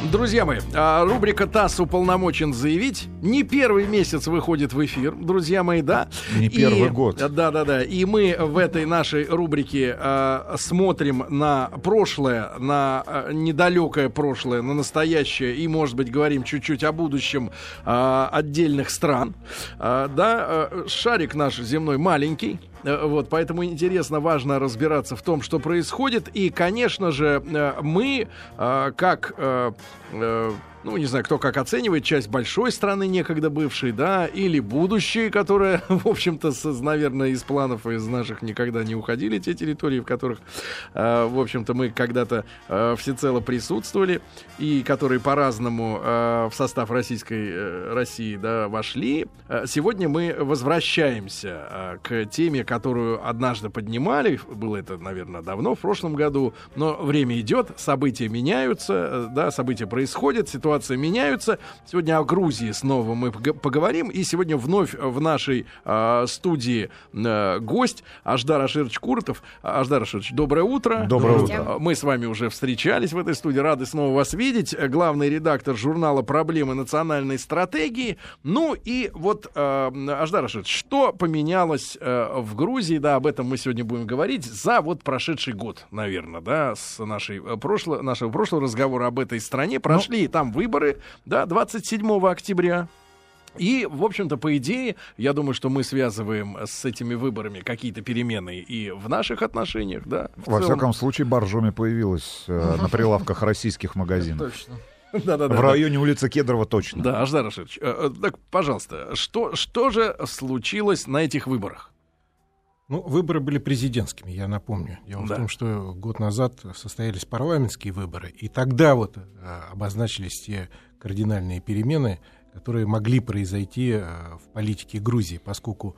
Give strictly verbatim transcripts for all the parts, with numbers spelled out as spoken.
Друзья мои, рубрика «ТАСС уполномочен заявить» не первый месяц выходит в эфир, друзья мои, да? Не первый и, год. Да-да-да. И мы в этой нашей рубрике э, смотрим на прошлое, на э, недалекое прошлое, на настоящее и, может быть, говорим чуть-чуть о будущем э, отдельных стран. Э, да, э, шарик наш земной маленький. Вот, поэтому интересно, важно разбираться в том, что происходит. И, конечно же, мы, как, ну, не знаю, кто как оценивает, часть большой страны, некогда бывшей, да, или будущее, которое, в общем-то, с, наверное, из планов из наших никогда не уходили, те территории, в которых, в общем-то, мы когда-то всецело присутствовали, и которые по-разному в состав российской России, да, вошли. Сегодня мы возвращаемся к теме, которую однажды поднимали, было это, наверное, давно, в прошлом году, но время идет, события меняются, да, события происходят, ситуация меняются. Сегодня о Грузии снова мы поговорим, и сегодня вновь в нашей э, студии э, гость Аждар Аширович Куртов. Аждар Аширович, доброе утро. Доброе утро. Мы с вами уже встречались в этой студии, рады снова вас видеть. Главный редактор журнала «Проблемы национальной стратегии». Ну и вот, э, Аждар Аширович, что поменялось э, в Грузии, да, об этом мы сегодня будем говорить, за вот прошедший год, наверное, да, с нашей, э, прошло, нашего прошлого разговора об этой стране. Прошли ну, там выборы, да, двадцать седьмого октября. И, в общем-то, по идее, я думаю, что мы связываем с этими выборами какие-то перемены и в наших отношениях, да. Во целом... всяком случае, боржоми появилась э, на прилавках российских магазинов. Точно. Да, да, да, в районе да. улицы Кедрова точно. Да, Аждар Аширович, э, так, пожалуйста, что, что же случилось на этих выборах? Ну, выборы были президентскими, я напомню. Дело да. в том, что год назад состоялись парламентские выборы, и тогда вот а, обозначились те кардинальные перемены, которые могли произойти а, в политике Грузии, поскольку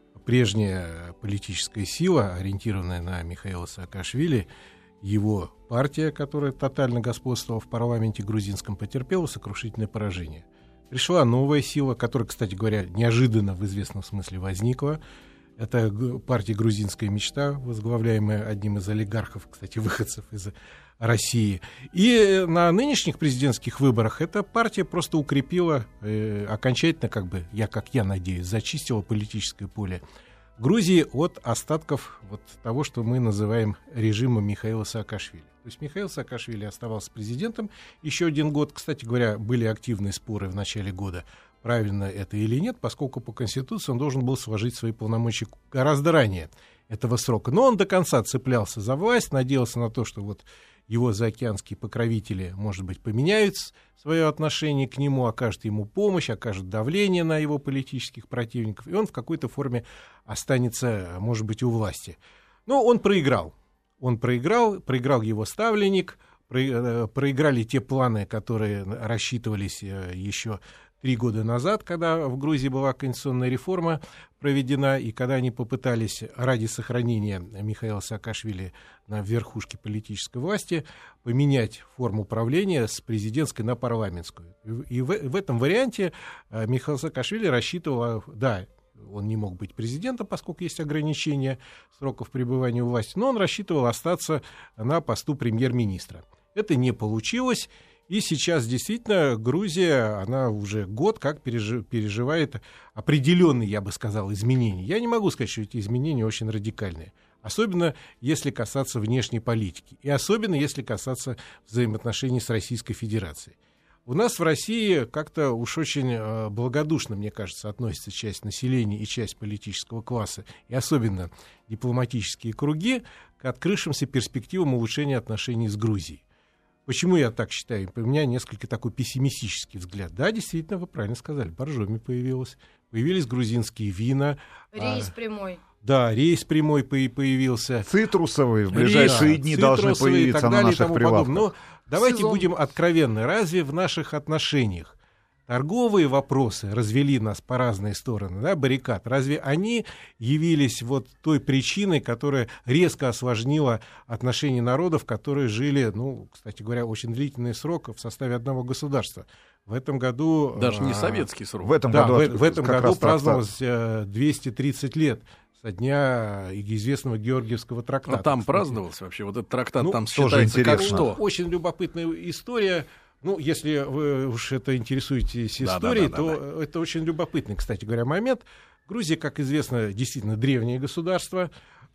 прежняя политическая сила, ориентированная на Михаила Саакашвили, его партия, которая тотально господствовала в парламенте грузинском, потерпела сокрушительное поражение. Пришла новая сила, которая, кстати говоря, неожиданно в известном смысле возникла. Это партия «Грузинская мечта», возглавляемая одним из олигархов, кстати, выходцев из России. И на нынешних президентских выборах эта партия просто укрепила, э, окончательно, как бы, я, как я надеюсь, зачистила политическое поле Грузии от остатков вот того, что мы называем режимом Михаила Саакашвили. То есть Михаил Саакашвили оставался президентом еще один год. Кстати говоря, были активные споры в начале года, правильно это или нет, поскольку по Конституции он должен был сложить свои полномочия гораздо ранее этого срока. Но он до конца цеплялся за власть, надеялся на то, что вот его заокеанские покровители, может быть, поменяют свое отношение к нему, окажут ему помощь, окажут давление на его политических противников, и он в какой-то форме останется, может быть, у власти. Но он проиграл. Он проиграл, проиграл его ставленник, проиграли те планы, которые рассчитывались еще три года назад, когда в Грузии была конституционная реформа проведена, и когда они попытались ради сохранения Михаила Саакашвили на верхушке политической власти поменять форму правления с президентской на парламентскую. И в, в этом варианте Михаил Саакашвили рассчитывал, да, он не мог быть президентом, поскольку есть ограничения сроков пребывания у власти, но он рассчитывал остаться на посту премьер-министра. Это не получилось. И сейчас действительно Грузия, она уже год как переживает определенные, я бы сказал, изменения. Я не могу сказать, что эти изменения очень радикальные. Особенно если касаться внешней политики. И особенно если касаться взаимоотношений с Российской Федерацией. У нас в России как-то уж очень благодушно, мне кажется, относится часть населения и часть политического класса, и особенно дипломатические круги, к открывшимся перспективам улучшения отношений с Грузией. Почему я так считаю? У меня несколько такой пессимистический взгляд. Да, действительно, вы правильно сказали, боржоми появилось, появились грузинские вина. Рейс а, прямой. Да, рейс прямой появился. Цитрусовые в ближайшие дни должны появиться на наших прилавках. Но давайте Сезон. будем откровенны. Разве в наших отношениях торговые вопросы развели нас по разные стороны, да, баррикад? Разве они явились вот той причиной, которая резко осложнила отношения народов, которые жили, ну, кстати говоря, очень длительный срок в составе одного государства? В этом году... Даже не а, советский срок. В этом да, году, в, в этом году праздновалось трактат. двести тридцать лет со дня известного Георгиевского трактата. А там праздновался вообще? Вот этот трактат ну, там считается как что? Очень любопытная история. Ну, если вы уж это интересуетесь историей, да, да, да, то да, да. это очень любопытный, кстати говоря, момент. Грузия, как известно, действительно древнее государство.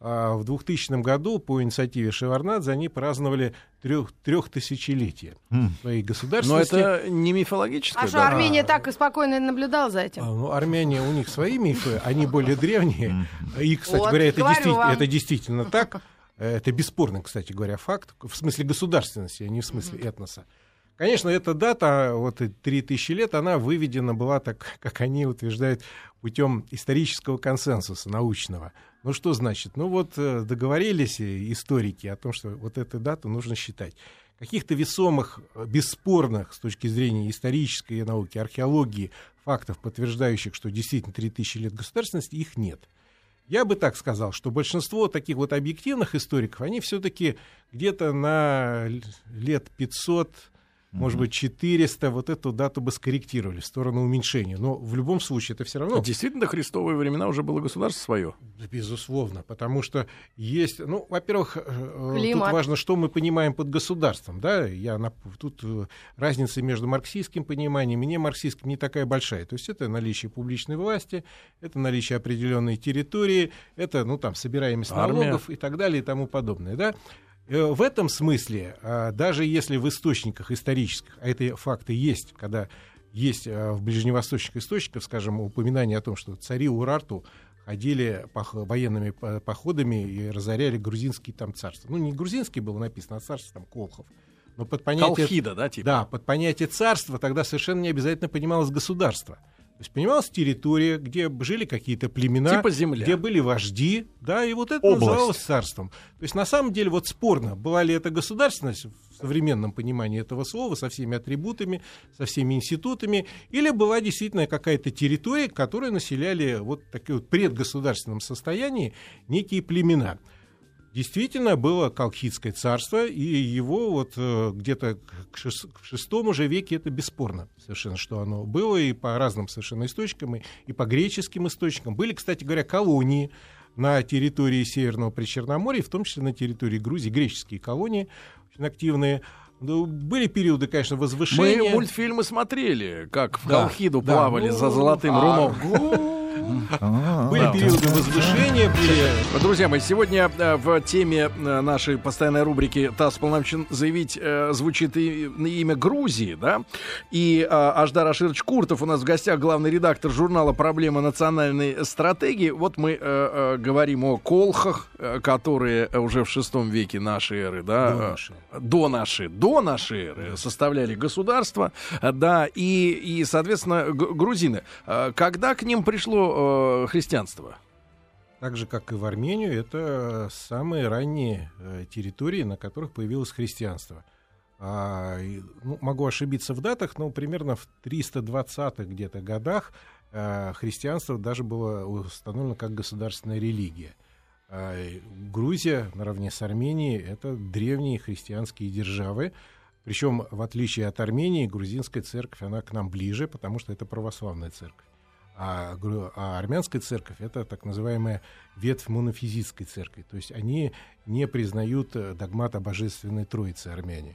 В двухтысячном году по инициативе Шеварднадзе они праздновали трех, трехтысячелетие mm. своей государственности. Но это не мифологическое. А что, да? Армения а, так и спокойно наблюдала за этим? А, ну, армяне, у них свои мифы, они более древние. И, кстати вот, говоря, это действительно, это действительно так. Это бесспорный, кстати говоря, факт. В смысле государственности, а не в смысле этноса. Конечно, эта дата, вот три тысячи лет, она выведена была, так как они утверждают, путем исторического консенсуса научного. Ну, что значит? Ну, вот договорились историки о том, что вот эту дату нужно считать. Каких-то весомых, бесспорных с точки зрения исторической науки, археологии, фактов, подтверждающих, что действительно три тысячи лет государственности, их нет. Я бы так сказал, что большинство таких вот объективных историков, они все-таки где-то на лет пятьсот, может быть, четыреста, вот эту дату бы скорректировали в сторону уменьшения. Но в любом случае это все равно... Действительно, до христовые времена уже было государство свое? Безусловно, потому что есть... Ну, во-первых, Климат. Тут важно, что мы понимаем под государством. Да? Я, тут разница между марксистским пониманием и немарксистским не такая большая. То есть это наличие публичной власти, это наличие определенной территории, это, ну, там, собираемость Армия. налогов и так далее и тому подобное, да? В этом смысле, даже если в источниках исторических, а это факты есть, когда есть в ближневосточных источниках, скажем, упоминание о том, что цари Урарту ходили военными походами и разоряли грузинские там царства. Ну, не грузинские было написано, а царство там Колхов. Но под понятие, Колхида, да, типа? Да, под понятие царства тогда совершенно не обязательно понималось государство. То есть понималась территория, где жили какие-то племена, типа земля, где были вожди, да, и вот это Область. называлось царством. То есть на самом деле вот спорно, была ли это государственность в современном понимании этого слова, со всеми атрибутами, со всеми институтами, или была действительно какая-то территория, которую населяли вот в таком вот предгосударственном состоянии некие племена. Действительно было Колхидское царство, и его вот э, где-то к шестому же веке это бесспорно совершенно, что оно было, и по разным совершенно источникам, и, и по греческим источникам. Были, кстати говоря, колонии на территории Северного Причерноморья, в том числе на территории Грузии, греческие колонии, очень активные. Ну, были периоды, конечно, возвышения. Мы мультфильмы смотрели, как в да, Колхиду да, плавали ну, за золотым а, румом. Были периоды возвышения. Были... Друзья мои, сегодня в теме нашей постоянной рубрики «ТАСС уполномочен заявить» звучит и имя Грузии, да? И Аждар Аширович Куртов у нас в гостях, главный редактор журнала «Проблема национальной стратегии». Вот мы э, говорим о колхах, которые уже в шестом веке нашей эры, да? До нашей. До нашей, до нашей эры составляли государство, да, и, и соответственно, грузины. Когда к ним пришло христианство? Так же, как и в Армению, это самые ранние э, территории, на которых появилось христианство. А, и, ну, могу ошибиться в датах, но примерно в триста двадцатых где-то годах э, христианство даже было установлено как государственная религия. А, Грузия, наравне с Арменией, это древние христианские державы. Причем, в отличие от Армении, грузинская церковь, она к нам ближе, потому что это православная церковь. А, а армянская церковь — это так называемая ветвь монофизитской церкви. То есть они не признают догмат о божественной троице, армяне.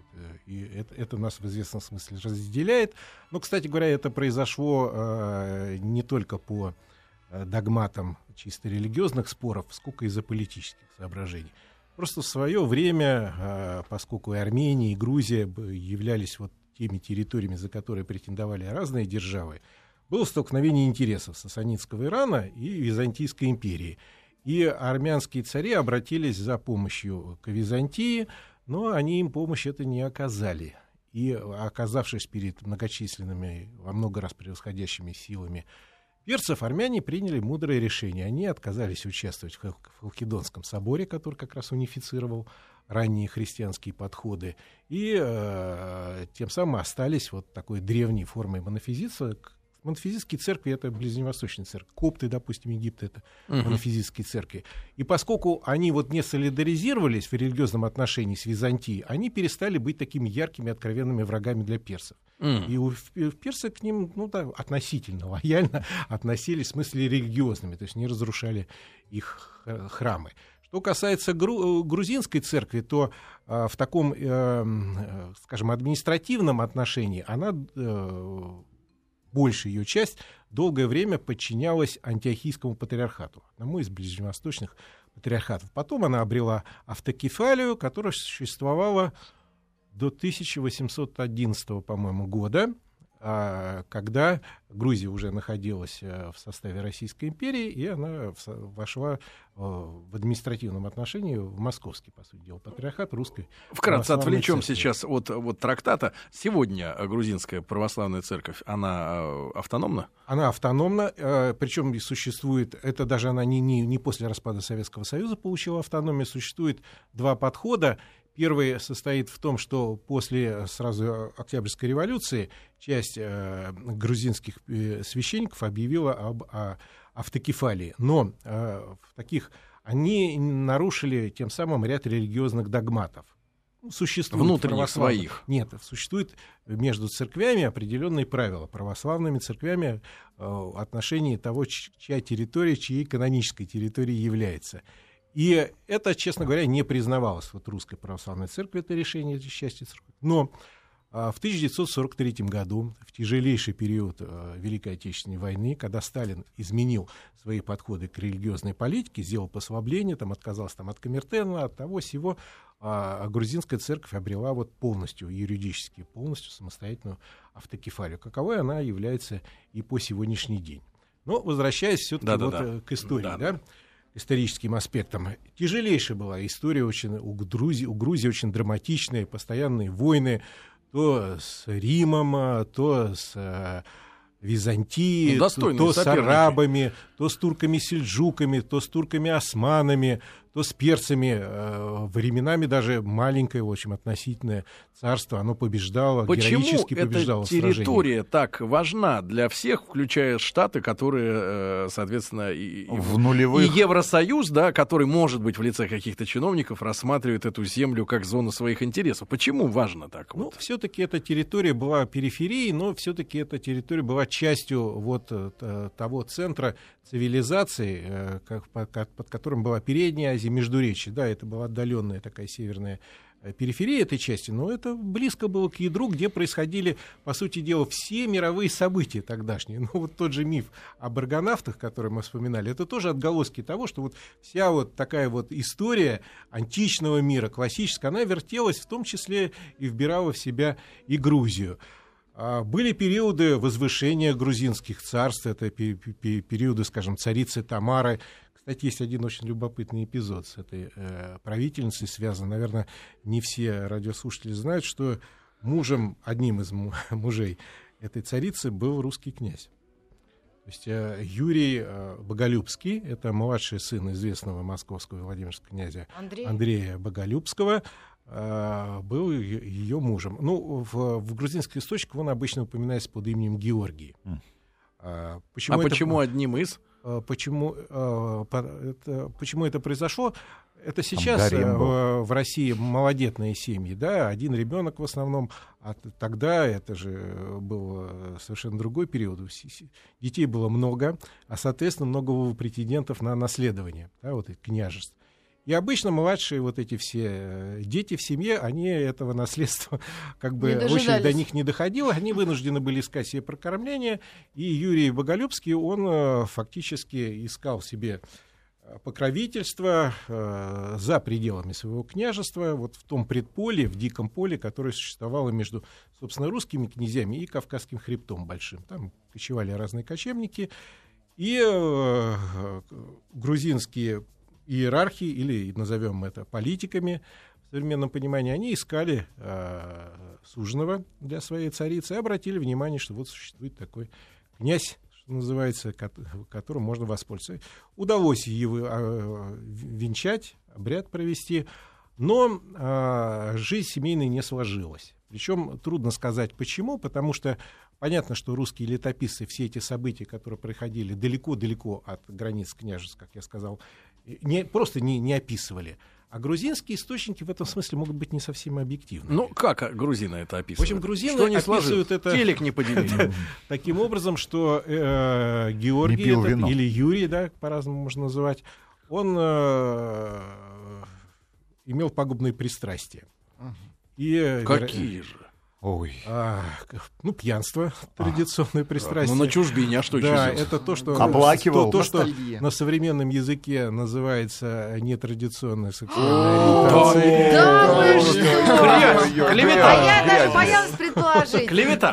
И это, это нас в известном смысле разделяет. Но, кстати говоря, это произошло э, не только по догматам чисто религиозных споров, сколько из-за политических соображений. Просто в свое время, э, поскольку и Армения, и Грузия являлись вот теми территориями, за которые претендовали разные державы, было столкновение интересов сасанидского Ирана и Византийской империи. И армянские цари обратились за помощью к Византии, но они им помощь это не оказали. И, оказавшись перед многочисленными, во много раз превосходящими силами персов, армяне приняли мудрое решение. Они отказались участвовать в Халкидонском соборе, который как раз унифицировал ранние христианские подходы, и э, тем самым остались вот такой древней формой монофизитства. Монофизитские церкви — это ближневосточные церкви. Копты, допустим, Египта — это uh-huh. монофизитские церкви. И поскольку они вот не солидаризировались в религиозном отношении с Византией, они перестали быть такими яркими, откровенными врагами для персов. Uh-huh. И у, у персы к ним, ну, да, относительно лояльно относились, в смысле религиозными, то есть не разрушали их храмы. Что касается гру- грузинской церкви, то э, в таком, э, скажем, административном отношении она, э, большая ее часть, долгое время подчинялась антиохийскому патриархату, одному из ближневосточных патриархатов. Потом она обрела автокефалию, которая существовала до тысяча восемьсот одиннадцатого, по-моему, года, когда Грузия уже находилась в составе Российской империи, и она вошла в административном отношении в московский, по сути дела, патриархат русской. Вкратце отвлечем сейчас от вот, трактата. Сегодня грузинская православная церковь, она автономна? Она автономна, причем существует, это даже она не, не, не после распада Советского Союза получила автономию, существует два подхода. Первый состоит в том, что после сразу Октябрьской революции часть э, грузинских э, священников объявила об о, автокефалии. Но э, в таких они нарушили тем самым ряд религиозных догматов. Существует внутренних своих. Нет, существует между церквями определенные правила. Православными церквями э, в отношении того, чья территория, чьей канонической территорией является. И это, честно говоря, не признавалось вот русской православной церкви, это решение части церкви. Но а, в тысяча девятьсот сорок третьем году, в тяжелейший период а, Великой Отечественной войны, когда Сталин изменил свои подходы к религиозной политике, сделал послабление, там, отказался там, от Коминтерна, от того всего, а, а грузинская церковь обрела вот, полностью, юридически полностью самостоятельную автокефалию, каковой она является и по сегодняшний день. Но возвращаясь все-таки вот, к истории, да, да, историческим аспектам. Тяжелейшая была история очень, у, Грузии, у Грузии очень драматичные, постоянные войны то с Римом, то с э, Византией, ну, то, то с арабами, то с турками-сельджуками, то с турками-османами, то с перцами. Э, временами даже маленькое, в общем, относительное царство, оно побеждало, почему героически побеждало в сражениях. Почему эта территория так важна для всех, включая Штаты, которые, соответственно, и, в нулевых... и Евросоюз, да, который, может быть, в лице каких-то чиновников рассматривает эту землю как зону своих интересов? Почему важно так? Ну, вот? все-таки эта территория была периферией, но все-таки эта территория была частью вот того центра цивилизации, как, под которым была Передняя Азия, Междуречье. Да, это была отдаленная такая северная периферия этой части, но это близко было к ядру, где происходили, по сути дела, все мировые события тогдашние. Ну, вот тот же миф об аргонавтах, который мы вспоминали, это тоже отголоски того, что вот вся вот такая вот история античного мира, классическая, она вертелась, в том числе и вбирала в себя и Грузию. Были периоды возвышения грузинских царств, это периоды, скажем, царицы Тамары. Кстати, есть один очень любопытный эпизод с этой э, правительницей связан. Наверное, не все радиослушатели знают, что мужем, одним из мужей этой царицы был русский князь. То есть э, Юрий э, Боголюбский, это младший сын известного московского и владимирского князя Андрей. Андрея Боголюбского, э, был ее мужем. Ну, в, в грузинских источниках он обычно упоминается под именем Георгий. Mm. А почему, а это... почему одним из? Почему, это, почему это произошло? Это сейчас в, в России малодетные семьи, да, один ребенок в основном, а тогда это же был совершенно другой период. Детей было много, а, соответственно, много было претендентов на наследование, да, вот этих княжеств. И обычно младшие вот эти все дети в семье, они этого наследства как бы очень до них не доходило, они вынуждены были искать себе прокормление, и Юрий Боголюбский, он фактически искал себе покровительство э, за пределами своего княжества, вот в том предполе, в диком поле, которое существовало между, собственно, русскими князьями и Кавказским хребтом большим. Там кочевали разные кочевники, и э, грузинские иерархи, или назовем это политиками в современном понимании, они искали э, суженого для своей царицы и обратили внимание, что вот существует такой князь, что называется, которым можно воспользоваться. Удалось его э, венчать, обряд провести, но э, жизнь семейная не сложилась. Причем трудно сказать почему, потому что понятно, что русские летописцы все эти события, которые происходили далеко-далеко от границ княжеств, как я сказал, не, просто не, не описывали. А грузинские источники в этом смысле могут быть не совсем объективны. Ну, как грузины это описывают? В общем, грузины не описывают это... Телек не поделили. Таким образом, что Георгий или Юрий, да, по-разному можно называть, он э, имел пагубные пристрастия. И, Какие же? Ой. А, ну, пьянство, традиционное пристрастие. Ну, на чужбине, а что еще Да, сделать? это то, что, Оплакивал. то, то, что Ностальгия. на современном языке называется нетрадиционная сексуальная ориентация. Да вы что? Грязь, А клевета. я даже боялась предположить. Клевета.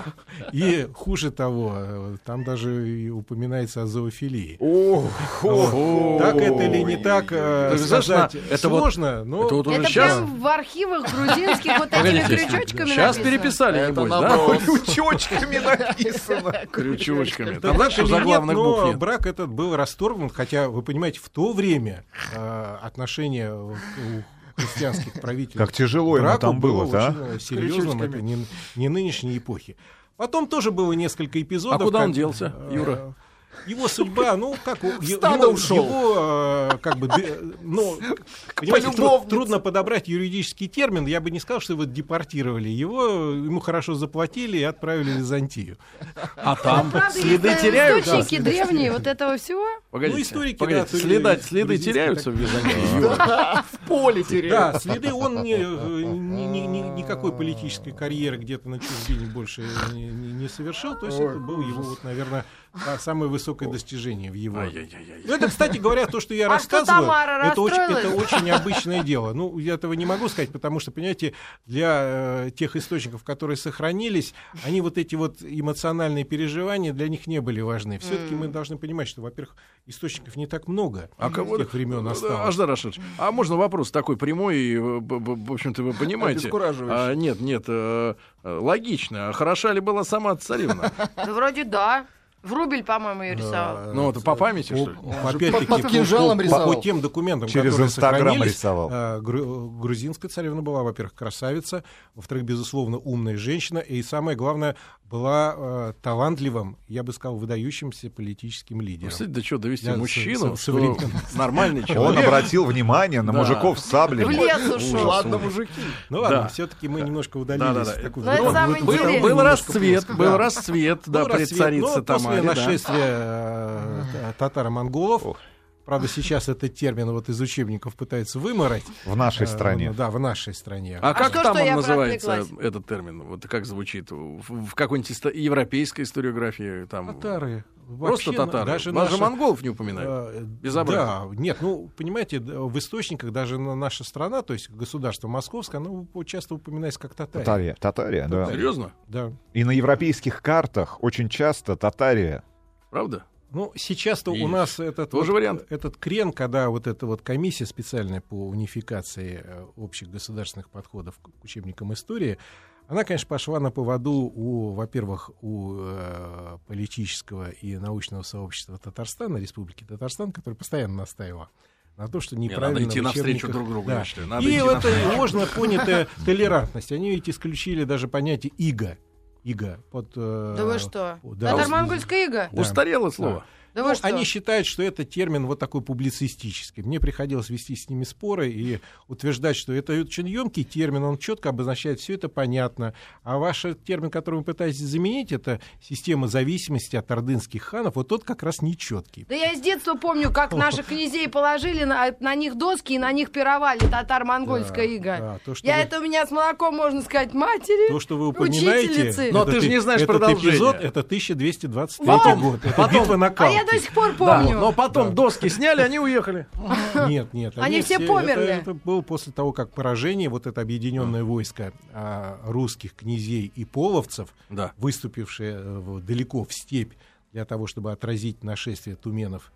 И хуже того, э, там даже и упоминается о зоофилии. Ох, О, Так это или не так, э, Ты знаешь, сказать на- это вот- сложно, но... Это вот уже Это сейчас... прям в архивах грузинских вот этими Погодите, крючочками сейчас написано. переписали, Это небось, да? наоборот. крючочками написано. Крючочками. Да Там знаешь, что или за нет, главных но букв нет? брак этот был расторгнут, хотя, вы понимаете, в то время э, отношения у христианских правителей Как тяжело к ему браку там было, да? очень серьезным, это не, не нынешней эпохи. Потом тоже было несколько эпизодов. А куда он как, делся, э, Юра? Его судьба, ну, как у- е- стадо его, ушел. его, э, как бы, де- ну, понимаете, тру- Полюбовнице. трудно подобрать юридический термин. Я бы не сказал, что его депортировали. Его, ему хорошо заплатили и отправили в Византию. А там Правда, следы есть теряются? источники древние вот этого всего? Погодите, Ну, историки, погодите, да, следа- тури- следы грузинские теряются так- в Византии? Юра? В поле теряют. Да, следы он не, э, ни- ни- ни- никакой политической карьеры где-то на чужбине больше не, не- не совершил. То есть это было его, вот, наверное, та- самое высокое достижение в его. Ай-яй-яй-яй. Ну, это, кстати говоря, то, что я А что рассказываю, Тамара это, очень, расстроилась? это очень обычное дело. Ну, я этого не могу сказать, потому что, понимаете, для э, тех источников, которые сохранились, они вот эти вот эмоциональные переживания для них не были важны. Все-таки мы должны понимать, что, во-первых, источников не так много А с кого тех времен осталось. Аждар Рашидович, а можно вопрос такой прямой, и, в в- в общем-то, вы понимаете. Обескураживающий. А, нет, нет, э, э, логично. А хороша ли была сама царевна? Да вроде да. Врубель, по-моему, ее рисовал. Ну, это по памяти, что ли? По- Опять-таки, под по- кинжалом по, по- рисовал. по тем документам, Через которые Инстаграм сохранились, рисовал. э, гру- грузинская царевна была, во-первых, красавица, во-вторых, безусловно, умная женщина, и самое главное, была э, талантливым, я бы сказал, выдающимся политическим лидером. Кстати, да что, довести Да, мужчину, со- что современно. нормальный Он человек. обратил внимание на Да. мужиков с В саблями. лес ушел. Ладно, мужики. Ну ладно, Да. все-таки мы немножко удалились. Да-да-да. в такую- Ну, это в- самое в- Был, интересное. был немножко расцвет, плоско, был да. расцвет, да, Ну, при рассвет. царице Ну, Тамаре. после да. нашествия э, т- татаро-монголов, правда, сейчас этот термин вот из учебников пытаются вымороть. В нашей Э, стране. ну, да, в нашей стране. А как что, там что он я называется, проотвлеклась? этот термин? Вот как звучит? В, в какой-нибудь исто- европейской историографии? Там... Татары. Просто Вообще, татары. Даже Даже наши- монголов не упоминают. Э, Безобразие. Да, нет, ну, понимаете, д- в источниках даже на- наша страна, то есть государство московское, оно у- часто упоминается как татария. Татария, Татария, да. Серьезно? Да. И на европейских картах очень часто Татария. Правда? Ну, сейчас-то И у нас этот, тоже вот, вариант. этот крен, когда вот эта вот комиссия специальная по унификации э, общих государственных подходов к к учебникам истории, она, конечно, пошла на поводу у, во-первых, у э, политического и научного сообщества Татарстана, Республики Татарстан, который постоянно настаивал на то, что Не, неправильно надо идти в навстречу учебниках- друг другу. Да. я считаю. Надо И идти это навстречу. можно понятая толерантность. Они ведь исключили даже понятие иго. Иго. Под, э, Да вы что? да, Татаро-монгольская ига? Да. Устарело слово. Да Ну, вы что? они считают, что это термин вот такой публицистический. Мне приходилось вести с ними споры и утверждать, что это очень емкий термин, он четко обозначает, все это понятно. А ваш термин, который вы пытаетесь заменить, это система зависимости от ордынских ханов, вот тот как раз нечеткий. Да я из детства помню, как наших князей положили на, на них доски и на них пировали татаро-монгольская Да, ига. да, то, что Я вы- это у меня с молоком, можно сказать, матери. То, что вы упоминаете, Учительницы. Но этот ты же не и- знаешь этот продолжение. эпизод, это тысяча двести двадцать третий Вот. год. Это Потом- битва на А Калке. я до сих пор Да, помню. но потом Да. доски сняли, они уехали. Нет, нет. Они все это- померли. Это, было после того, как поражение, вот это объединенное войско а, русских князей и половцев, Да. выступившие э, в- далеко в степь для того, чтобы отразить нашествие туменов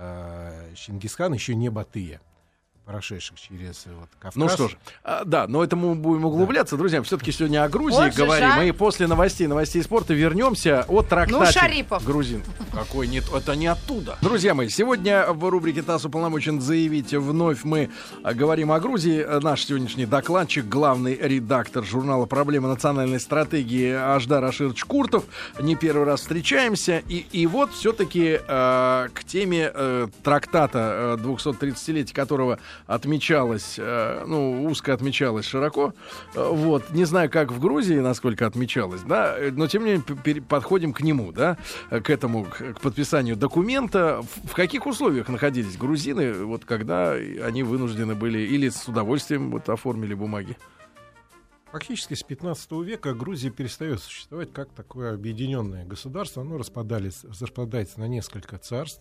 э, Чингисхана, еще не Батыя, прошедших через э, вот, Кавказ. Ну что ж, а, да, но это мы будем углубляться, друзья. Все-таки сегодня о Грузии Вот же говорим. жаль. И после новостей, новостей спорта вернемся от трактате Ну, Шарипов. грузин. Какой нет, это не оттуда. Друзья мои, сегодня в рубрике «ТАСС уполномочен заявить» вновь мы а, говорим о Грузии. Наш сегодняшний докладчик, главный редактор журнала «Проблемы национальной стратегии» Аждар Рашидович Куртов. Не первый раз встречаемся. И, и вот все-таки э, к теме э, трактата, э, двухсотридцатилетия которого отмечалось, э, ну, узко отмечалось широко. Э, вот, не знаю, как в Грузии, насколько отмечалось, да, но тем не менее подходим к нему, да, к этому, к, к подписанию документа. В, в каких условиях находились грузины, вот когда они вынуждены были или с удовольствием вот оформили бумаги? Фактически с пятнадцатого века Грузия перестает существовать как такое объединенное государство. Оно распадается на несколько царств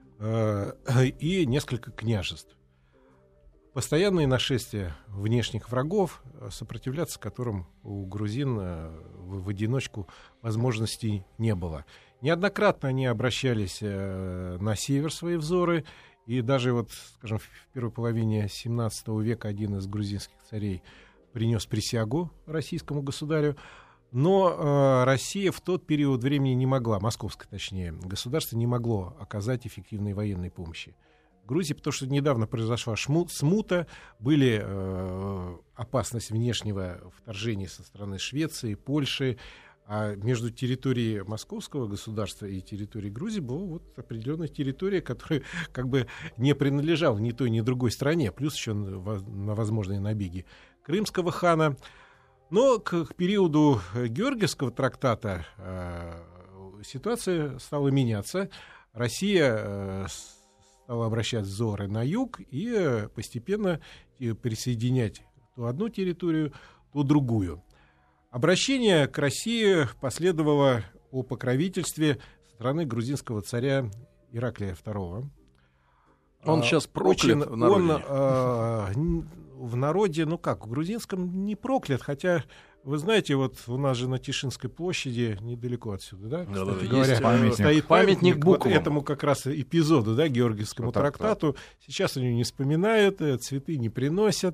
э, и несколько княжеств. Постоянные нашествия внешних врагов, сопротивляться которым у грузин э, в, в одиночку возможностей не было. Неоднократно они обращались э, на север свои взоры, и даже вот, скажем, в первой половине семнадцатого века один из грузинских царей принес присягу российскому государю, но э, Россия в тот период времени не могла, московское точнее, государство не могло оказать эффективной военной помощи Грузии, потому что недавно произошла шмут, смута, были э, опасность внешнего вторжения со стороны Швеции, Польши, а между территорией московского государства и территорией Грузии была вот определенная территория, которая как бы не принадлежала ни той, ни другой стране, плюс еще на, на возможные набеги крымского хана. Но к, к периоду Георгиевского трактата э, ситуация стала меняться. Россия э, стала обращать взоры на юг и э, постепенно э, присоединять то одну территорию, то другую. Обращение к России последовало о покровительстве со стороны грузинского царя Ираклия второго. Он а, сейчас проклят очень, в народе. Он, а, в народе, ну как, в грузинском не проклят, хотя, вы знаете, вот у нас же на Тишинской площади, недалеко отсюда, да, да, да, говоря, есть памятник. стоит памятник, памятник буквам. Вот этому как раз эпизоду, да, Георгиевскому трактату. Сейчас они не вспоминают, цветы не приносят.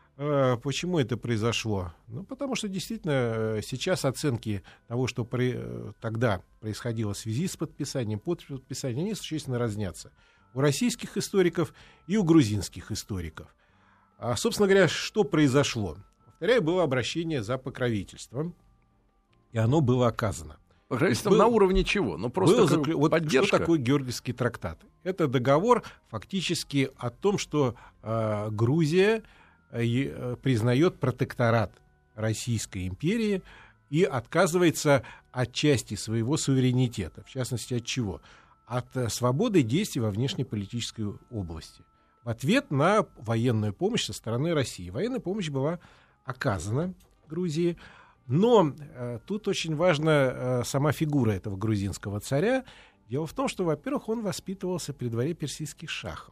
Почему это произошло? Ну, потому что действительно сейчас оценки того, что при, тогда происходило в связи с подписанием, под подписанием, они существенно разнятся. У российских историков и у грузинских историков. А, собственно говоря, что произошло? Повторяю, было обращение за покровительством, и оно было оказано. Покровительство на уровне чего? Ну, просто закл... вот поддержка. Что такое Георгиевский трактат? Это договор фактически о том, что э, Грузия э, признает протекторат Российской империи и отказывается от части своего суверенитета. В частности, от чего? От э, свободы действий во внешнеполитической области. В ответ на военную помощь со стороны России. Военная помощь была оказана Грузии, но э, тут очень важна э, сама фигура этого грузинского царя. Дело в том, что, во-первых, он воспитывался при дворе персидских шахов.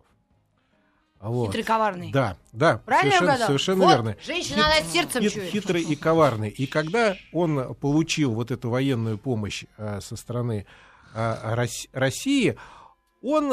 Вот. Хитрый, коварный. Да, да, правильно совершенно, совершенно вот, верно. Женщина, она сердцем Хит, чует. Хитрый и коварный. И когда он получил вот эту военную помощь э, со стороны э, Рос- России, он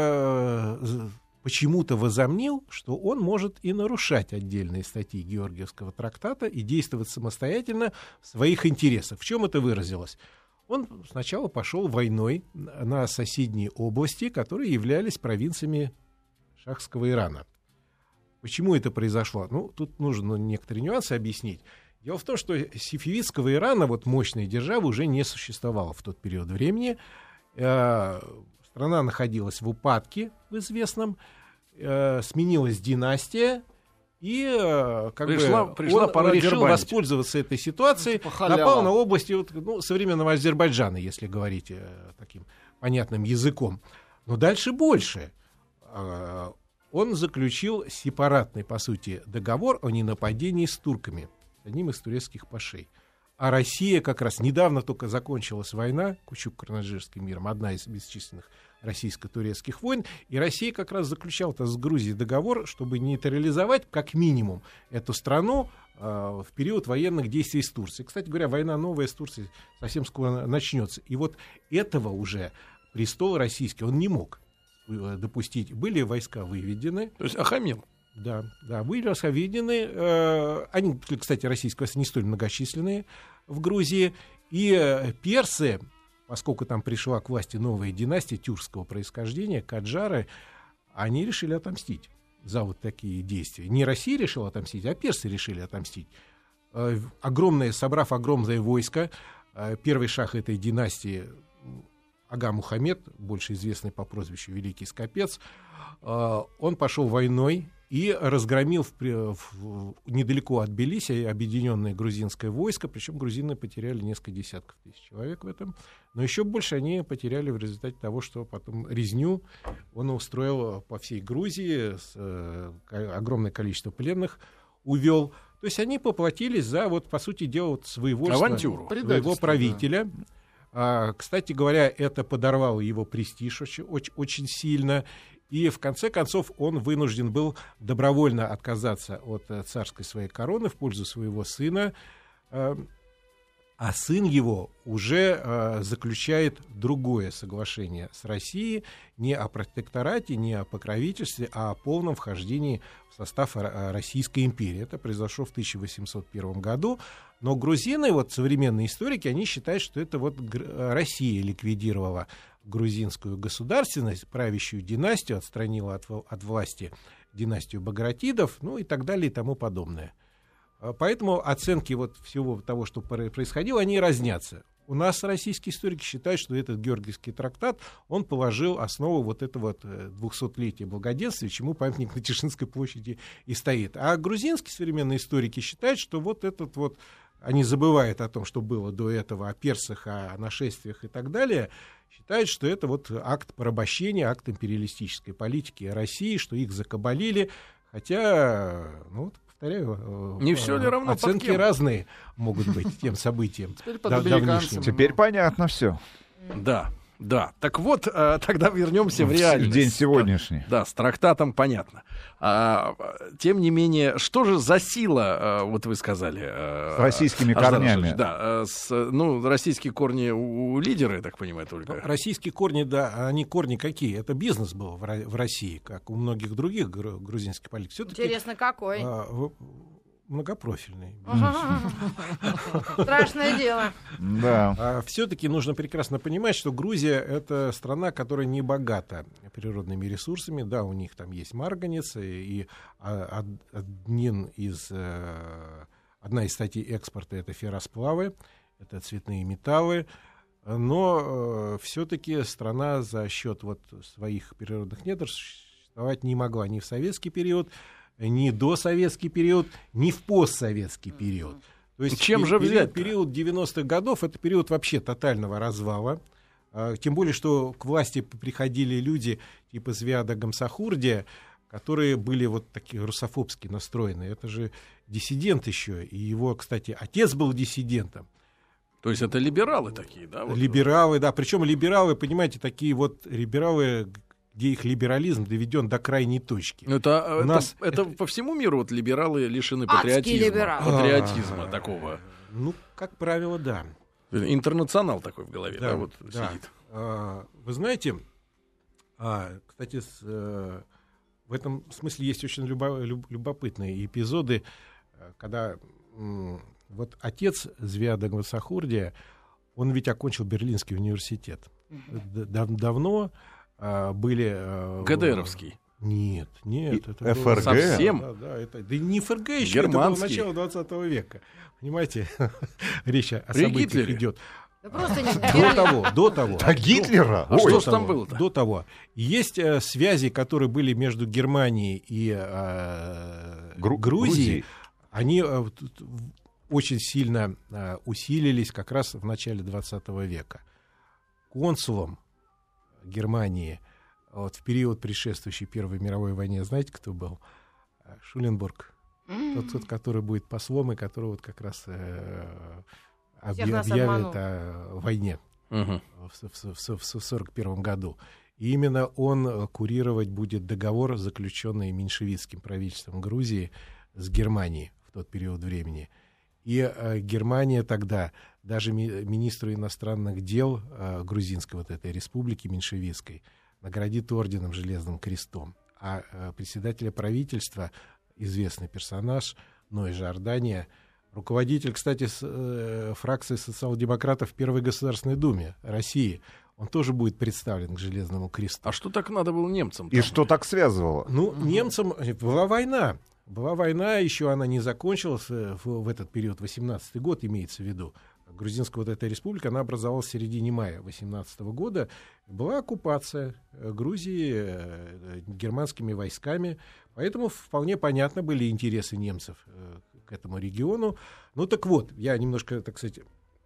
э, почему-то возомнил, что он может и нарушать отдельные статьи Георгиевского трактата и действовать самостоятельно в своих интересах. В чем это выразилось? Он сначала пошел войной на соседние области, которые являлись провинциями шахского Ирана. Почему это произошло? Ну, тут нужно некоторые нюансы объяснить. Дело в том, что сефевидского Ирана, вот мощной державы, уже не существовало в тот период времени. Страна находилась в упадке, в известном, э, сменилась династия, и э, как пришла, бы пришла он пора решил дербанить. воспользоваться этой ситуацией, напал на области вот, ну, современного Азербайджана, если говорить э, таким понятным языком. Но дальше больше. Э, он заключил сепаратный, по сути, договор о ненападении с турками, с одним из турецких пашей. А Россия как раз недавно только закончилась война, Кучук-Карнаджирским миром, одна из бесчисленных российско-турецких войн, и Россия как раз заключала-то с Грузией договор, чтобы нейтрализовать как минимум эту страну э, в период военных действий с Турцией. Кстати говоря, война новая с Турцией совсем скоро начнется. И вот этого уже престол российский он не мог допустить. Были войска выведены. То есть охамел. Да, да, были выведены. Э, они, кстати, российские войска не столь многочисленные в Грузии. И э, персы, поскольку там пришла к власти новая династия тюркского происхождения, каджары, они решили отомстить за вот такие действия. Не Россия решила отомстить, а персы решили отомстить. Э, огромное, собрав огромное войско, э, первый шах этой династии, Ага Мухаммед, больше известный по прозвищу Великий Скопец, э, он пошел войной и разгромил в, в, недалеко от Тбилиси объединенное грузинское войско, причем грузины потеряли несколько десятков тысяч человек в этом, но еще больше они потеряли в результате того, что потом резню он устроил по всей Грузии, с, э, огромное количество пленных увел. То есть они поплатились за, вот, по сути дела, вот, своевольство авантюру, своего правителя. Да. А, кстати говоря, это подорвало его престиж очень, очень, очень сильно. И в конце концов он вынужден был добровольно отказаться от царской своей короны в пользу своего сына. А сын его уже э, заключает другое соглашение с Россией не о протекторате, не о покровительстве, а о полном вхождении в состав э, Российской империи. Это произошло в тысяча восемьсот первом году. Но грузины, вот современные историки, они считают, что это вот Россия ликвидировала грузинскую государственность, правящую династию, отстранила от, от власти династию Багратидов, ну и так далее и тому подобное. Поэтому оценки вот всего того, что происходило, они разнятся. У нас российские историки считают, что этот Георгиевский трактат, он положил основу вот этого вот двухсотлетия благоденствия, чему памятник на Тишинской площади и стоит. А грузинские современные историки считают, что вот этот вот, они забывают о том, что было до этого, о персах, о нашествиях и так далее, считают, что это вот акт порабощения, акт империалистической политики России, что их закабалили, хотя, ну вот, повторяю, не все ли равно оценки разные могут быть тем событиям. Теперь, Теперь понятно все. Да, да. Так вот, а, тогда вернемся в реальность. В день сегодняшний. Да, с трактатом понятно. А, тем не менее, что же за сила, а, вот вы сказали... С российскими Аждар корнями. Ашотович, да, с, ну, российские корни у, у лидера, я так понимаю, только. Ну, российские корни, да, они корни какие? Это бизнес был в, в России, как у многих других гру- грузинских политиков. Все-таки, интересно, какой? А, в, многопрофильный. Страшное дело. Да. А все-таки нужно прекрасно понимать, что Грузия — это страна, которая не богата природными ресурсами. Да, у них там есть марганец, и один из, одна из статей экспорта — это ферросплавы, это цветные металлы. Но все-таки страна за счет вот своих природных недр существовать не могла ни в советский период, ни до советский период, ни в постсоветский период. То есть чем же взять? Период девяностых годов — это период вообще тотального развала. Тем более, что к власти приходили люди типа Звиада Гамсахурдия, которые были вот такие русофобски настроены. Это же диссидент еще. И его, кстати, отец был диссидентом. То есть это либералы такие, да? Вот. Либералы, да. Причем либералы, понимаете, такие вот либералы, где их либерализм доведен до крайней точки. Это, У это, нас это, это по всему миру вот либералы лишены патриотизма. либералы. Патриотизма А, такого. Ну, как правило, да. Интернационал такой в голове, да, Да, вот да. сидит. А, вы знаете, а, кстати, с, э, в этом смысле есть очень любо- люб- любопытные эпизоды, когда м, вот отец Звиада Гамсахурдия, он ведь окончил Берлинский университет. Д- дав- давно а, были... а, ГДРовский. Нет, нет. И это было- ФРГ? Совсем? Да, да, это, да не ФРГ еще, это было Германский. начало двадцатого века. Понимаете, речь о При событиях Гитлере? идет. Да просто не До того, до того. До Гитлера? А Ой. что До ж там того, было-то? До того. Есть э, связи, которые были между Германией и э, Гру- Грузией. Они э, тут в- очень сильно э, усилились как раз в начале двадцатого века. Консулом Германии вот, в период предшествующей Первой мировой войне, знаете, кто был? Э, Шуленбург. Тот, тот, который будет послом и который вот как раз э, Всех объя- нас объявит обманул. о войне Мгм. в, в, в, в сорок первом году. И именно он э, курировать будет договор, заключенный меньшевистским правительством Грузии с Германией в тот период времени. И э, Германия тогда, даже ми- министру иностранных дел э, грузинской вот этой республики меньшевистской, наградит орденом Железным крестом. А э, председателя правительства, известный персонаж, Ной Жордания, руководитель, кстати, с, э, фракции социал-демократов в Первой Государственной Думе России, он тоже будет представлен к Железному кресту. А что так надо было немцам? И что так связывало? Ну, немцам была война. Была война, еще она не закончилась э, в, в этот период, восемнадцатый год имеется в виду. грузинская вот эта республика, она образовалась в середине мая восемнадцатого года. Была оккупация Грузии германскими войсками, поэтому вполне понятно были интересы немцев к этому региону. Ну так вот, я немножко, так сказать,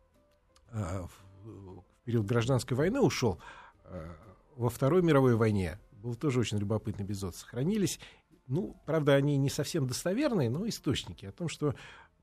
в период гражданской войны ушел. Во Второй мировой войне был тоже очень любопытный эпизод. Сохранились, ну, правда, они не совсем достоверные, но источники о том, что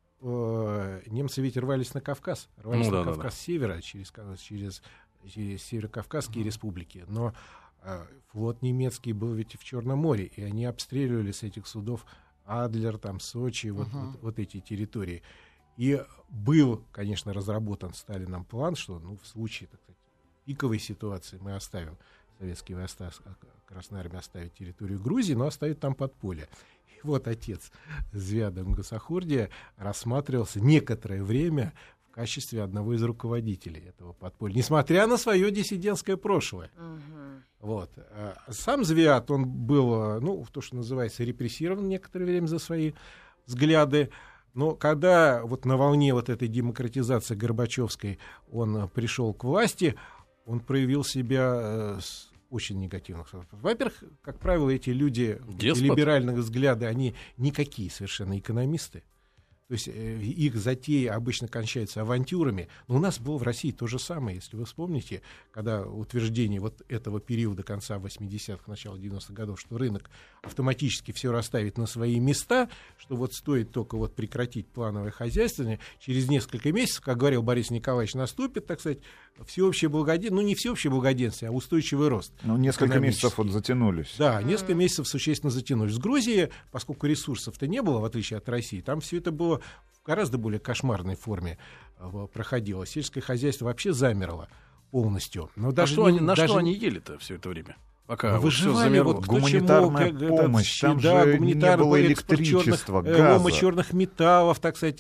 э, немцы ведь рвались на Кавказ, рвались ну, на да, Кавказ да, с севера, через, через, через северокавказские mm-hmm. республики, но э, флот немецкий был ведь в Черном море, и они обстреливали с этих судов Адлер, там, Сочи, mm-hmm. вот, вот, вот эти территории. И был, конечно, разработан Сталином план, что ну, в случае, так сказать, пиковой ситуации мы оставим, советские войска, Красная Армия оставит территорию Грузии, но оставит там подполье. И вот отец Зиада Гамсахурдия рассматривался некоторое время в качестве одного из руководителей этого подполья, несмотря на свое диссидентское прошлое. Uh-huh. Вот. Сам Зиад, он был, ну, то, что называется, репрессирован некоторое время за свои взгляды. Но когда вот на волне вот этой демократизации Горбачевской он пришел к власти, он проявил себя с очень негативных сторон. Во-первых, как правило, эти люди либеральных взглядов, они никакие совершенно экономисты. То есть э, их затеи обычно кончаются авантюрами. Но у нас было в России то же самое, если вы вспомните, когда утверждение вот этого периода конца восьмидесятых, начала девяностых годов, что рынок автоматически все расставит на свои места, что вот стоит только вот прекратить плановое хозяйствование, через несколько месяцев, как говорил Борис Николаевич, наступит, так сказать, всеобщее благоденствие, ну не всеобщее благоденствие, а устойчивый рост. Ну, несколько месяцев вот затянулись. Да, несколько месяцев существенно затянулись. С Грузией, поскольку ресурсов-то не было, в отличие от России, там все это было в гораздо более кошмарной форме проходило. Сельское хозяйство вообще замерло полностью. Но даже а что не, они, на даже... что они ели-то все это время? Пока выживали, вот, вот гуманитарная чему, помощь, это, там да, же не было электричества, черных, газа. Лома черных металлов, так сказать,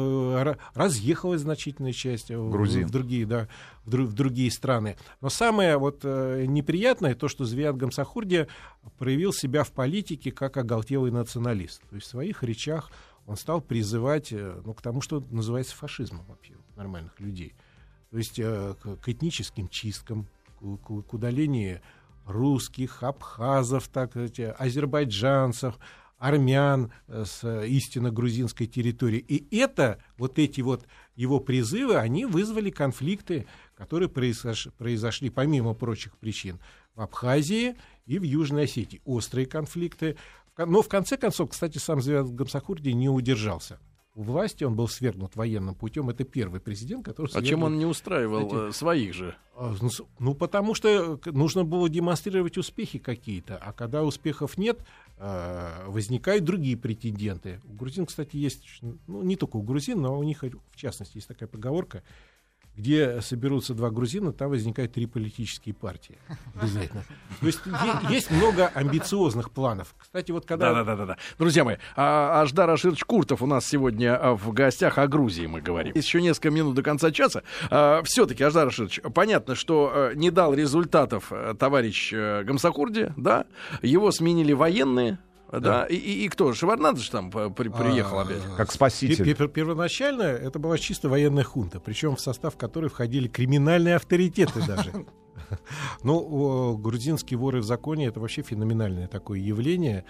разъехалась значительная часть в, в, другие, да, в, друг, в другие страны. Но самое вот неприятное то, что Зиад Гамсахурдия проявил себя в политике как оголтелый националист. То есть в своих речах он стал призывать ну, к тому, что называется фашизмом вообще нормальных людей. То есть к, к этническим чисткам, к, к удалению русских, абхазов, так сказать, азербайджанцев, армян с истинно грузинской территории. И это, вот эти вот его призывы, они вызвали конфликты, которые произош, произошли, помимо прочих причин, в Абхазии и в Южной Осетии. Острые конфликты. Но в конце концов, кстати, сам Зиад Гамсахурдия не удержался. У власти он был свергнут военным путем. Это первый президент, который... А чем он не устраивал эти... своих же? Ну, потому что нужно было демонстрировать успехи какие-то. А когда успехов нет, возникают другие претенденты. У грузин, кстати, есть... Ну, не только у грузин, но у них, в частности, есть такая поговорка, где соберутся два грузина, там возникают три политические партии. Обязательно. То есть есть много амбициозных планов. Кстати, вот когда... Да-да-да. Друзья мои, Аждар Аширович Куртов у нас сегодня в гостях, о Грузии мы говорим. Есть еще несколько минут до конца часа. Все-таки, Аждар Аширович, понятно, что не дал результатов товарищ Гамсахурдия, да? Его сменили военные. Да, да. И, и, и кто? Шеварднадзе же там при, приехал а, опять. Как спаситель. Первоначально это была чисто военная хунта, причем в состав которой входили криминальные авторитеты даже. Ну, грузинские воры в законе — это вообще феноменальное такое явление.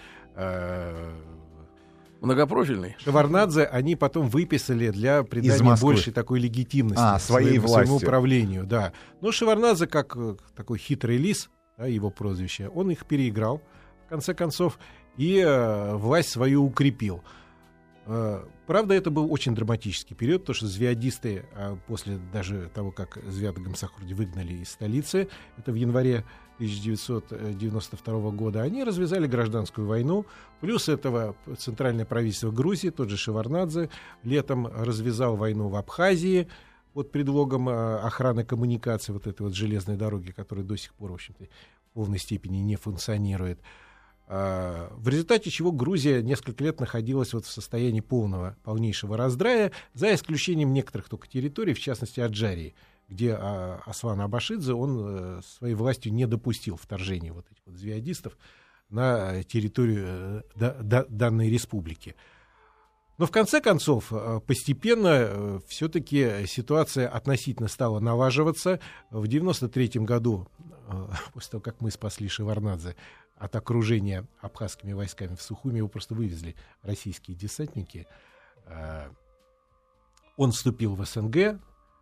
Многопрофильный. Шеварднадзе они потом выписали для придания большей такой легитимности а, своей своему, своему управлению. Да. Но Шеварднадзе, как такой хитрый лис, да, его прозвище, он их переиграл, в конце концов, и э, власть свою укрепил. Э, правда, это был очень драматический период, потому что зиадисты э, после даже того, как Зиада Гамсахурдия выгнали из столицы, это в январе тысяча девятьсот девяносто второго года, они развязали гражданскую войну. Плюс этого центральное правительство Грузии, тот же Шеварднадзе, летом развязал войну в Абхазии под предлогом э, охраны коммуникаций, вот этой вот железной дороги, которая до сих пор, в общем-то, в полной степени не функционирует. В результате чего Грузия несколько лет находилась вот в состоянии полного, полнейшего раздрая, за исключением некоторых только территорий, в частности Аджарии, где Аслан Абашидзе, он своей властью не допустил вторжения вот этих вот зиадистов на территорию данной республики. Но в конце концов, постепенно все-таки ситуация относительно стала налаживаться. В девяносто третьем году, после того, как мы спасли Шеварднадзе от окружения абхазскими войсками в Сухуми, его просто вывезли российские десантники. Он вступил в СНГ.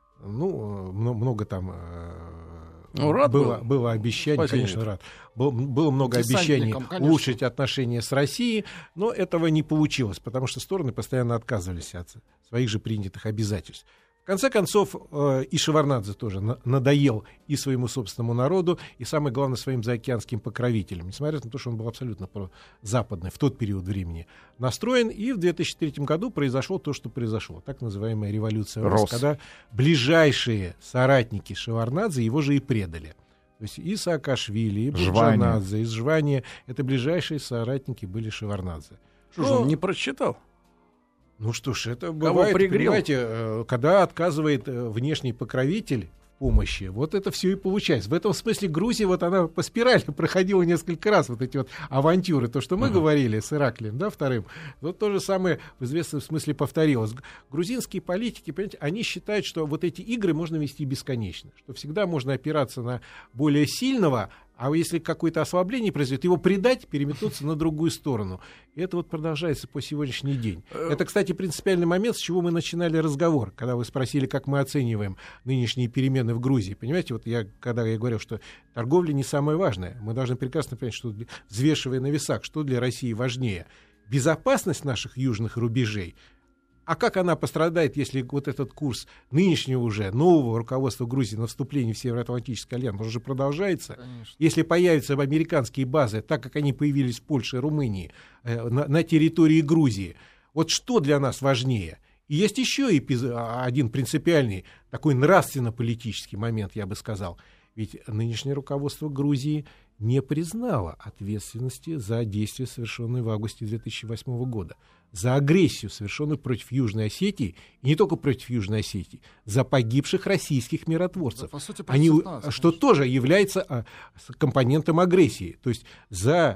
Ну, много там ну, рад было, был. было обещаний, Спасибо. Конечно, рад. Было, было много обещаний конечно. улучшить отношения с Россией, но этого не получилось, потому что стороны постоянно отказывались от своих же принятых обязательств. В конце концов, э, и Шеварднадзе тоже на- надоел и своему собственному народу, и, самое главное, своим заокеанским покровителям, несмотря на то, что он был абсолютно западный в тот период времени настроен, и в две тысячи третьем году произошло то, что произошло, так называемая революция РОС, когда ближайшие соратники Шеварднадзе его же и предали. То есть и Саакашвили, и Бурджанадзе, и Жвания — это ближайшие соратники были Шеварднадзе. Что же он не прочитал? Ну что ж, это бывает, понимаете, когда отказывает внешний покровитель в помощи, вот это все и получается. В этом смысле Грузия, вот она по спирали проходила несколько раз, вот эти вот авантюры, то, что мы uh-huh. говорили с Ираклием, да, вторым, вот то же самое в известном смысле повторилось. Грузинские политики, понимаете, они считают, что вот эти игры можно вести бесконечно, что всегда можно опираться на более сильного, а если какое-то ослабление произойдет, его предать, переметнуться на другую сторону. И это вот продолжается по сегодняшний день. Это, кстати, принципиальный момент, с чего мы начинали разговор, когда вы спросили, как мы оцениваем нынешние перемены в Грузии. Понимаете, вот я, когда я говорил, что торговля не самое важное, мы должны прекрасно понять, что, взвешивая на весах, что для России важнее. Безопасность наших южных рубежей. А как она пострадает, если вот этот курс нынешнего уже нового руководства Грузии на вступление в Североатлантический альянс, он же продолжается? Конечно. Если появятся американские базы, так как они появились в Польше и Румынии, э, на, на территории Грузии, вот что для нас важнее? И есть еще эпизод, один принципиальный, такой нравственно-политический момент, я бы сказал. Ведь нынешнее руководство Грузии не признало ответственности за действия, совершенные в августе две тысячи восьмого года, за агрессию, совершенную против Южной Осетии, и не только против Южной Осетии, за погибших российских миротворцев, да, по сути, Они, нас, что тоже является а, компонентом агрессии. То есть за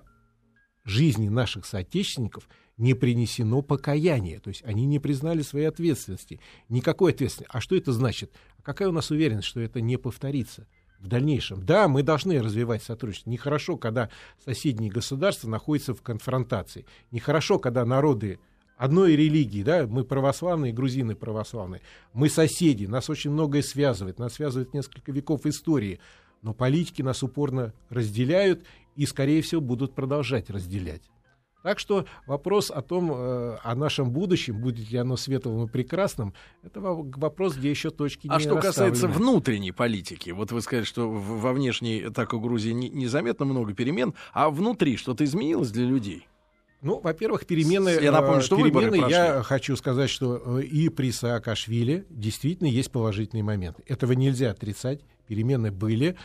жизни наших соотечественников не принесено покаяние, то есть они не признали своей ответственности, никакой ответственности. А что это значит? Какая у нас уверенность, что это не повторится в дальнейшем? Да, мы должны развивать сотрудничество. Нехорошо, когда соседние государства находятся в конфронтации. Нехорошо, когда народы одной религии, да, мы православные, грузины православные, мы соседи, нас очень многое связывает, нас связывает несколько веков истории, но политики нас упорно разделяют и, скорее всего, будут продолжать разделять. Так что вопрос о том, э, о нашем будущем, будет ли оно светлым и прекрасным, это вопрос, где еще точки а не расставлены. А что касается расставлены. внутренней политики, вот вы сказали, что во внешней, так у Грузии не, незаметно много перемен, а внутри что-то изменилось для людей? Ну, во-первых, перемены, я напомню, что перемены выборы я хочу сказать, что и при Саакашвили действительно есть положительные моменты. Этого нельзя отрицать, перемены были.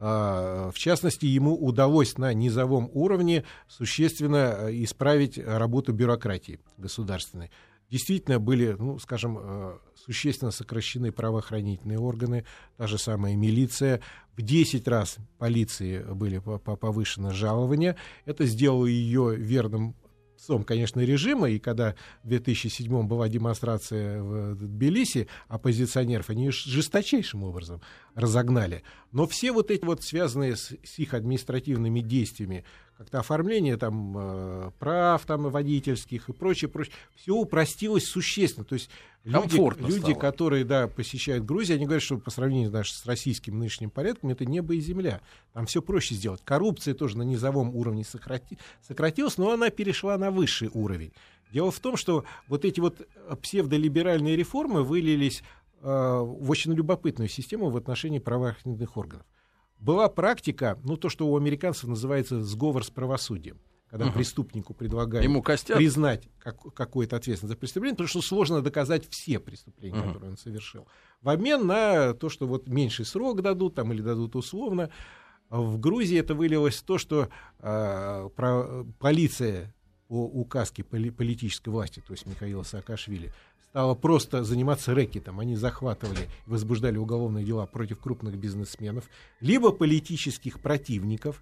В частности, ему удалось на низовом уровне существенно исправить работу бюрократии государственной. Действительно были, ну, скажем, существенно сокращены правоохранительные органы, та же самая милиция. В десять раз полиции были повышены жалования. Это сделало ее верным псом, конечно, режима, и когда в две тысячи седьмом была демонстрация в Тбилиси, оппозиционеров они жесточайшим образом разогнали. Но все вот эти вот связанные с, с их административными действиями, как-то оформление там э, прав там, водительских и прочее, прочее, все упростилось существенно. То есть люди, люди которые да, посещают Грузию, они говорят, что по сравнению даже с российским нынешним порядком это небо и земля. Там все проще сделать. Коррупция тоже на низовом уровне сократи, сократилась, но она перешла на высший уровень. Дело в том, что вот эти вот псевдолиберальные реформы вылились э, в очень любопытную систему в отношении правоохранительных органов. Была практика, ну, то, что у американцев называется сговор с правосудием, когда uh-huh. преступнику предлагают Ему признать как, какую-то ответственность за преступление, потому что сложно доказать все преступления, uh-huh. которые он совершил. В обмен на то, что вот меньший срок дадут там, или дадут условно. В Грузии это вылилось в то, что э, про, полиция по указке поли, политической власти, то есть Михаила Саакашвили, стала просто заниматься рэкетом. Они захватывали, возбуждали уголовные дела против крупных бизнесменов, либо политических противников,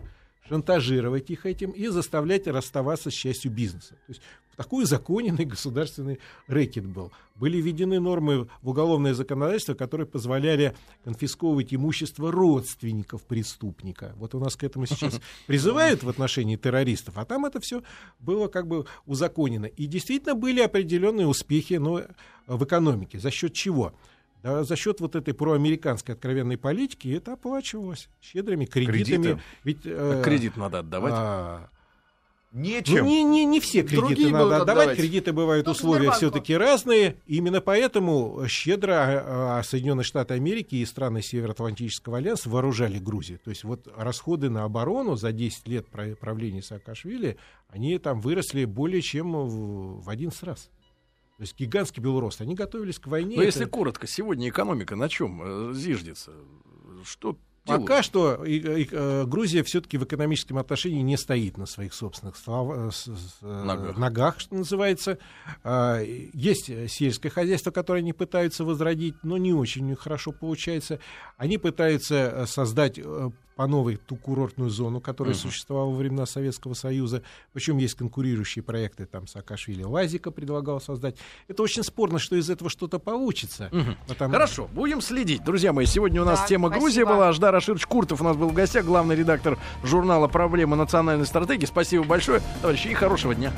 шантажировать их этим и заставлять расставаться с частью бизнеса. То есть такой узаконенный государственный рэкет был. Были введены нормы в уголовное законодательство, которые позволяли конфисковывать имущество родственников преступника. Вот у нас к этому сейчас призывают в отношении террористов, а там это все было как бы узаконено. И действительно были определенные успехи, но в экономике. За счет чего? Да, за счет вот этой проамериканской откровенной политики это оплачивалось щедрыми кредитами. Кредиты. Ведь, э, Кредит надо отдавать. А, Нечем. ну, не, не, не все кредиты Другие надо будут отдавать. отдавать. Кредиты бывают, Только условия Сбербанку. все-таки разные. Именно поэтому щедро а, а, Соединенные Штаты Америки и страны Североатлантического альянса вооружали Грузию. То есть вот расходы на оборону за десять лет прав- правления Саакашвили, они там выросли более чем в, в одиннадцать раз. То есть гигантский был рост. Они готовились к войне. Но Это- если коротко, сегодня экономика на чем э, зиждется? Что делают? Пока что и, и, э, Грузия все-таки в экономическом отношении не стоит на своих собственных слав- с- с- э, Ногах. ногах, что называется. А, есть сельское хозяйство, которое они пытаются возродить, но не очень у них хорошо получается. Они пытаются э, создать э, по новой ту курортную зону, которая Мгм. существовала во времена Советского Союза. Причем есть конкурирующие проекты, там Саакашвили Лазика предлагал создать. Это очень спорно, что из этого что-то получится. Мгм. Потому- Хорошо, будем следить. Друзья мои, сегодня у нас Так, тема спасибо. Грузия была. Ждар Аширович Куртов у нас был в гостях, главный редактор журнала «Проблема национальной стратегии». Спасибо большое, товарищи, и хорошего дня.